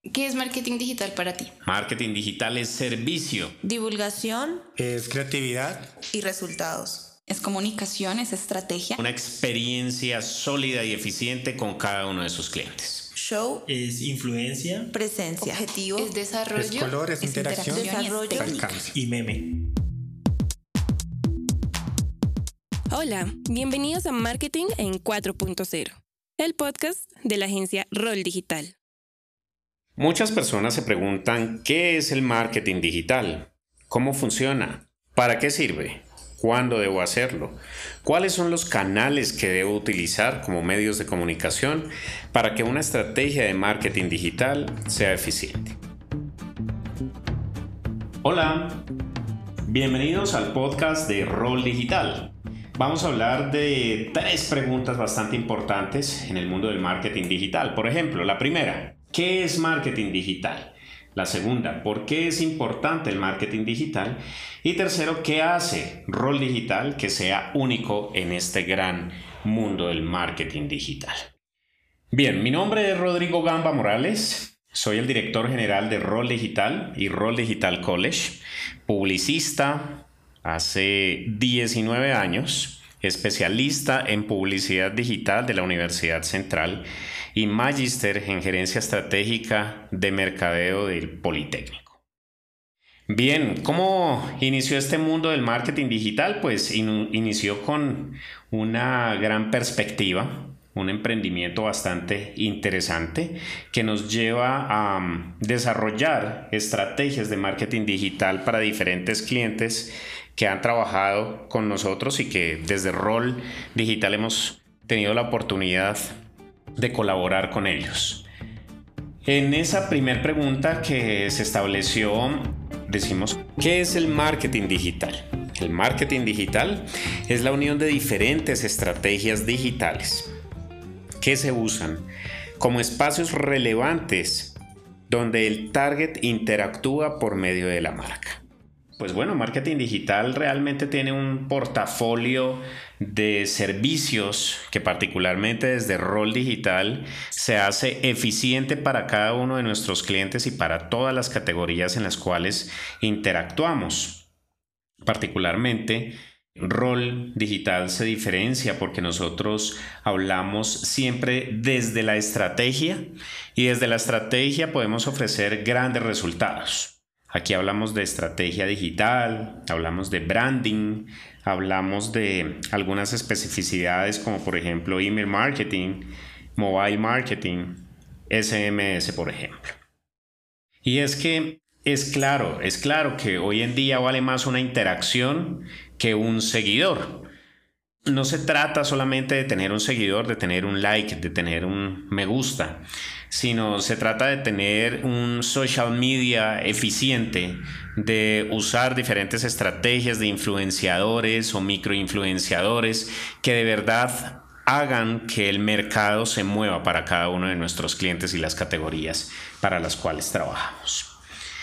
¿Qué es marketing digital para ti? Marketing digital es servicio. Divulgación Es creatividad. y resultados. Es comunicación, es estrategia. Una experiencia sólida y eficiente con cada uno de sus clientes. Show Es influencia presencia. Objetivo Es desarrollo. Es color, es interacción. Desarrollo. y es técnica. Alcance. y meme. Hola, bienvenidos a Marketing en 4.0, el podcast de la agencia Rol Digital. Muchas personas se preguntan ¿qué es el marketing digital? ¿Cómo funciona? ¿Para qué sirve? ¿Cuándo debo hacerlo? ¿Cuáles son los canales que debo utilizar como medios de comunicación para que una estrategia de marketing digital sea eficiente? Hola, bienvenidos al podcast de Rol Digital. Vamos a hablar de 3 preguntas bastante importantes en el mundo del marketing digital. Por ejemplo, la primera, ¿qué es marketing digital? La segunda, ¿por qué es importante el marketing digital? Y tercero, ¿qué hace Rol Digital que sea único en este gran mundo del marketing digital? Bien, mi nombre es Rodrigo Gamba Morales, soy el director general de Rol Digital y Rol Digital College, publicista hace 19 años, especialista en publicidad digital de la Universidad Central y magíster en gerencia estratégica de mercadeo del Politécnico. Bien, ¿cómo inició este mundo del marketing digital? Pues inició con una gran perspectiva, un emprendimiento bastante interesante que nos lleva a desarrollar estrategias de marketing digital para diferentes clientes que han trabajado con nosotros y que desde Rol Digital hemos tenido la oportunidad de colaborar con ellos. En esa primera pregunta que se estableció, decimos, ¿qué es el marketing digital? El marketing digital es la unión de diferentes estrategias digitales que se usan como espacios relevantes donde el target interactúa por medio de la marca. Pues bueno, marketing digital realmente tiene un portafolio de servicios que particularmente desde Rol Digital se hace eficiente para cada uno de nuestros clientes y para todas las categorías en las cuales interactuamos. Particularmente, Rol Digital se diferencia porque nosotros hablamos siempre desde la estrategia y desde la estrategia podemos ofrecer grandes resultados. Aquí hablamos de estrategia digital, hablamos de branding, hablamos de algunas especificidades como por ejemplo email marketing, mobile marketing, SMS por ejemplo. Y es que es claro que hoy en día vale más una interacción que un seguidor. No se trata solamente de tener un seguidor, de tener un like, de tener un me gusta, sino se trata de tener un social media eficiente, de usar diferentes estrategias de influenciadores o microinfluenciadores que de verdad hagan que el mercado se mueva para cada uno de nuestros clientes y las categorías para las cuales trabajamos.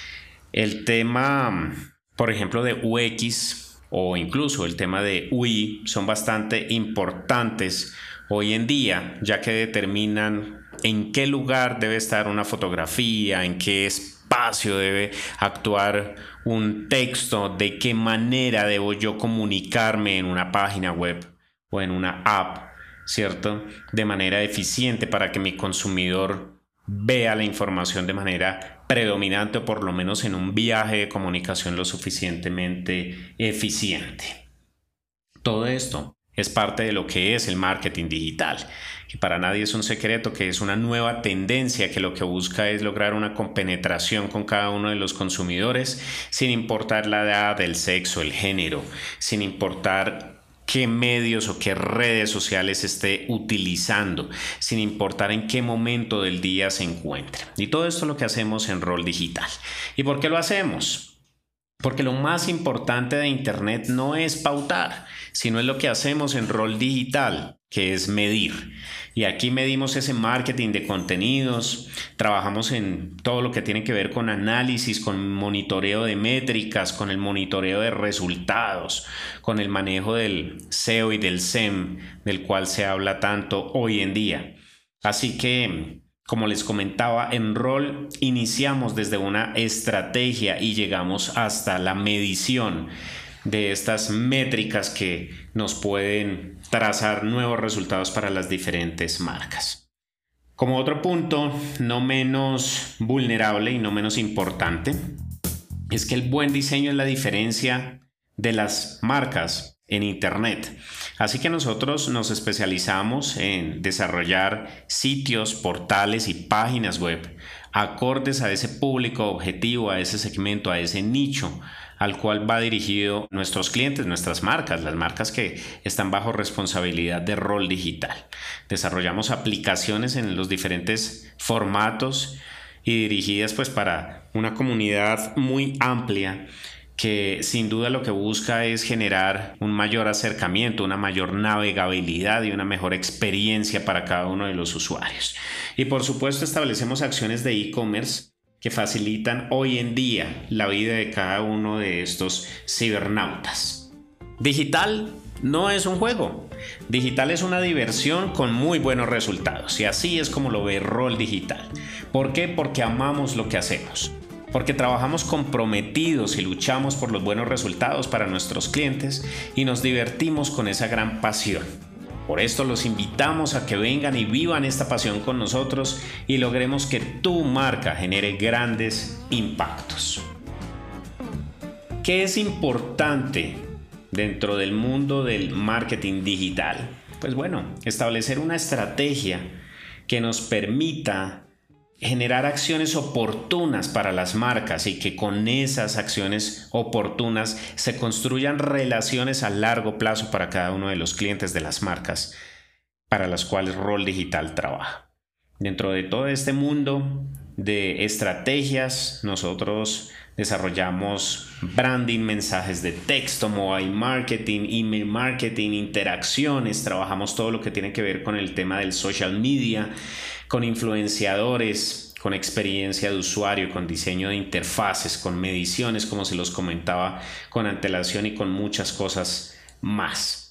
El tema, por ejemplo, de UX o incluso el tema de UI son bastante importantes hoy en día, ya que determinan en qué lugar debe estar una fotografía, en qué espacio debe actuar un texto, de qué manera debo yo comunicarme en una página web o en una app, ¿cierto? De manera eficiente para que mi consumidor vea la información de manera predominante o por lo menos en un viaje de comunicación lo suficientemente eficiente. Todo esto es parte de lo que es el marketing digital, que para nadie es un secreto, que es una nueva tendencia que lo que busca es lograr una compenetración con cada uno de los consumidores sin importar la edad, el sexo, el género, sin importar qué medios o qué redes sociales esté utilizando, sin importar en qué momento del día se encuentre. Y todo esto es lo que hacemos en Rol Digital. ¿Y por qué lo hacemos? Porque lo más importante de Internet no es pautar, sino es lo que hacemos en Rol Digital, que es medir. Y aquí medimos ese marketing de contenidos, trabajamos en todo lo que tiene que ver con análisis, con monitoreo de métricas, con el monitoreo de resultados, con el manejo del SEO y del SEM, del cual se habla tanto hoy en día. Así que Como les comentaba, en Roll iniciamos desde una estrategia y llegamos hasta la medición de estas métricas que nos pueden trazar nuevos resultados para las diferentes marcas. Como otro punto, no menos vulnerable y no menos importante, es que el buen diseño es la diferencia de las marcas en Internet. Así que nosotros nos especializamos en desarrollar sitios, portales y páginas web acordes a ese público objetivo, a ese segmento, a ese nicho al cual va dirigido nuestros clientes, nuestras marcas, las marcas que están bajo responsabilidad de Roll Digital. Desarrollamos aplicaciones en los diferentes formatos y dirigidas pues para una comunidad muy amplia que sin duda lo que busca es generar un mayor acercamiento, una mayor navegabilidad y una mejor experiencia para cada uno de los usuarios. Y por supuesto establecemos acciones de e-commerce que facilitan hoy en día la vida de cada uno de estos cibernautas. Digital no es un juego, digital es una diversión con muy buenos resultados y así es como lo ve Roll Digital. ¿Por qué? Porque amamos lo que hacemos. Porque trabajamos comprometidos y luchamos por los buenos resultados para nuestros clientes y nos divertimos con esa gran pasión. Por esto los invitamos a que vengan y vivan esta pasión con nosotros y logremos que tu marca genere grandes impactos. ¿Qué es importante dentro del mundo del marketing digital? Pues bueno, establecer una estrategia que nos permita generar acciones oportunas para las marcas y que con esas acciones oportunas se construyan relaciones a largo plazo para cada uno de los clientes de las marcas para las cuales Roll Digital trabaja. Dentro de todo este mundo de estrategias, nosotros desarrollamos branding, mensajes de texto, mobile marketing, email marketing, interacciones, trabajamos todo lo que tiene que ver con el tema del social media, con influenciadores, con experiencia de usuario, con diseño de interfaces, con mediciones, como se los comentaba, con antelación y con muchas cosas más.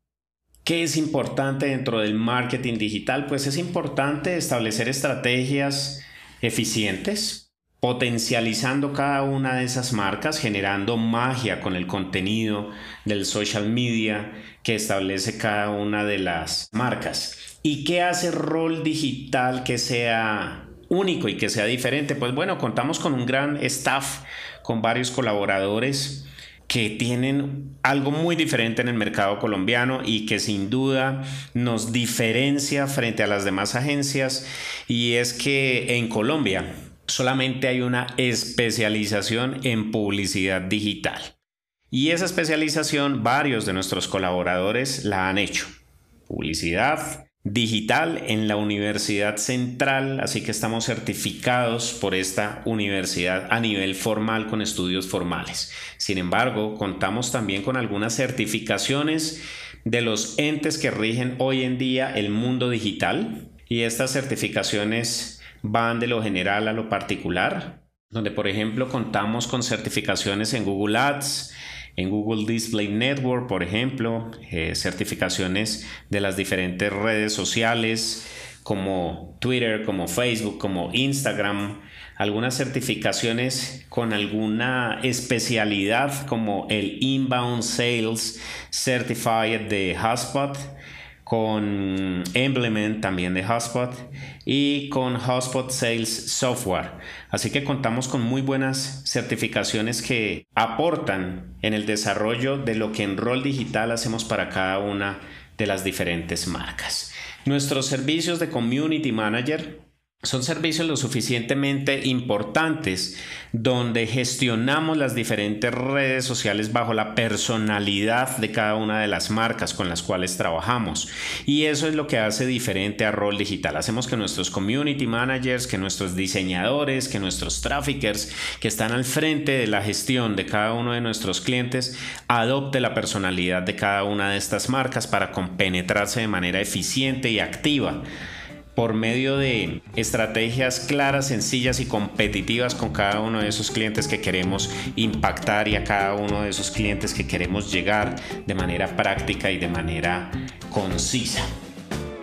¿Qué es importante dentro del marketing digital? Pues es importante establecer estrategias eficientes, potencializando cada una de esas marcas, generando magia con el contenido del social media que establece cada una de las marcas. ¿Y qué hace Roll Digital que sea único y que sea diferente? Pues bueno, contamos con un gran staff, con varios colaboradores que tienen algo muy diferente en el mercado colombiano y que sin duda nos diferencia frente a las demás agencias, y es que en Colombia solamente hay una especialización en publicidad digital y esa especialización varios de nuestros colaboradores la han hecho. Publicidad digital en la Universidad Central, así que estamos certificados por esta universidad a nivel formal con estudios formales. Sin embargo, contamos también con algunas certificaciones de los entes que rigen hoy en día el mundo digital, y estas certificaciones van de lo general a lo particular, donde por ejemplo contamos con certificaciones en Google Ads, en Google Display Network, por ejemplo, certificaciones de las diferentes redes sociales como Twitter, como Facebook, como Instagram, algunas certificaciones con alguna especialidad como el Inbound Sales Certified de HubSpot, con Implement también de HubSpot y con HubSpot Sales Software. Así que contamos con muy buenas certificaciones que aportan en el desarrollo de lo que en Roll Digital hacemos para cada una de las diferentes marcas. Nuestros servicios de Community Manager son servicios lo suficientemente importantes donde gestionamos las diferentes redes sociales bajo la personalidad de cada una de las marcas con las cuales trabajamos, y eso es lo que hace diferente a Roll Digital. Hacemos que nuestros community managers, que nuestros diseñadores, que nuestros traffickers que están al frente de la gestión de cada uno de nuestros clientes adopte la personalidad de cada una de estas marcas para compenetrarse de manera eficiente y activa por medio de estrategias claras, sencillas y competitivas con cada uno de esos clientes que queremos impactar y a cada uno de esos clientes que queremos llegar de manera práctica y de manera concisa.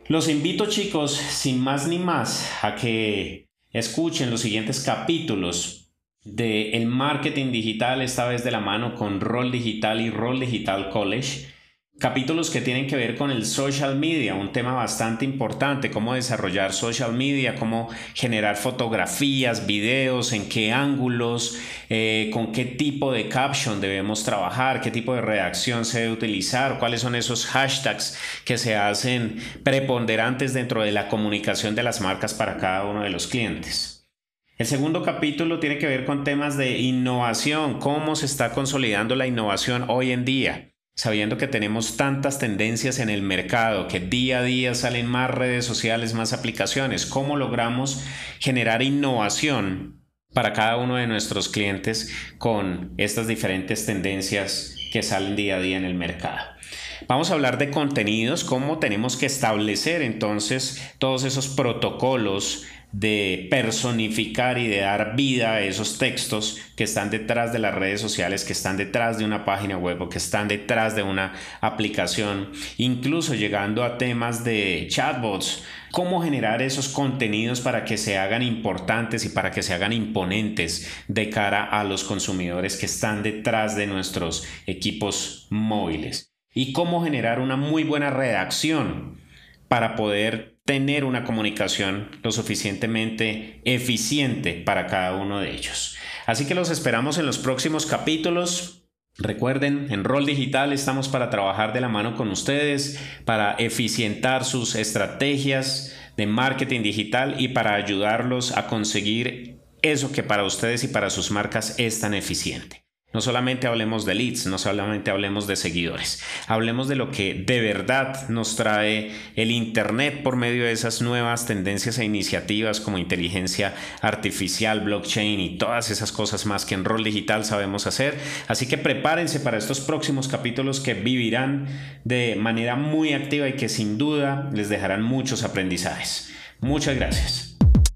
Los invito, chicos, sin más ni más, a que escuchen los siguientes capítulos de El Marketing Digital, esta vez de la mano con Rol Digital y Rol Digital College. Capítulos que tienen que ver con el social media, un tema bastante importante, cómo desarrollar social media, cómo generar fotografías, videos, en qué ángulos, con qué tipo de caption debemos trabajar, qué tipo de redacción se debe utilizar, cuáles son esos hashtags que se hacen preponderantes dentro de la comunicación de las marcas para cada uno de los clientes. El segundo capítulo tiene que ver con temas de innovación, cómo se está consolidando la innovación hoy en día. Sabiendo que tenemos tantas tendencias en el mercado, que día a día salen más redes sociales, más aplicaciones, ¿cómo logramos generar innovación para cada uno de nuestros clientes con estas diferentes tendencias que salen día a día en el mercado? Vamos a hablar de contenidos, cómo tenemos que establecer entonces todos esos protocolos de personificar y de dar vida a esos textos que están detrás de las redes sociales, que están detrás de una página web o que están detrás de una aplicación, incluso llegando a temas de chatbots. Cómo generar esos contenidos para que se hagan importantes y para que se hagan imponentes de cara a los consumidores que están detrás de nuestros equipos móviles. Y cómo generar una muy buena redacción para poder tener una comunicación lo suficientemente eficiente para cada uno de ellos. Así que los esperamos en los próximos capítulos. Recuerden, en Rol Digital estamos para trabajar de la mano con ustedes, para eficientar sus estrategias de marketing digital y para ayudarlos a conseguir eso que para ustedes y para sus marcas es tan eficiente. No solamente hablemos de leads, no solamente hablemos de seguidores, hablemos de lo que de verdad nos trae el Internet por medio de esas nuevas tendencias e iniciativas como inteligencia artificial, blockchain y todas esas cosas más que en Rol Digital sabemos hacer. Así que prepárense para estos próximos capítulos que vivirán de manera muy activa y que sin duda les dejarán muchos aprendizajes. Muchas gracias.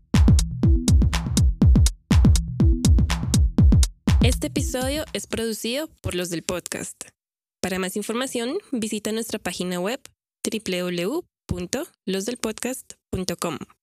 Este episodio es producido por los del podcast. Para más información, visita nuestra página web www.losdelpodcast.com.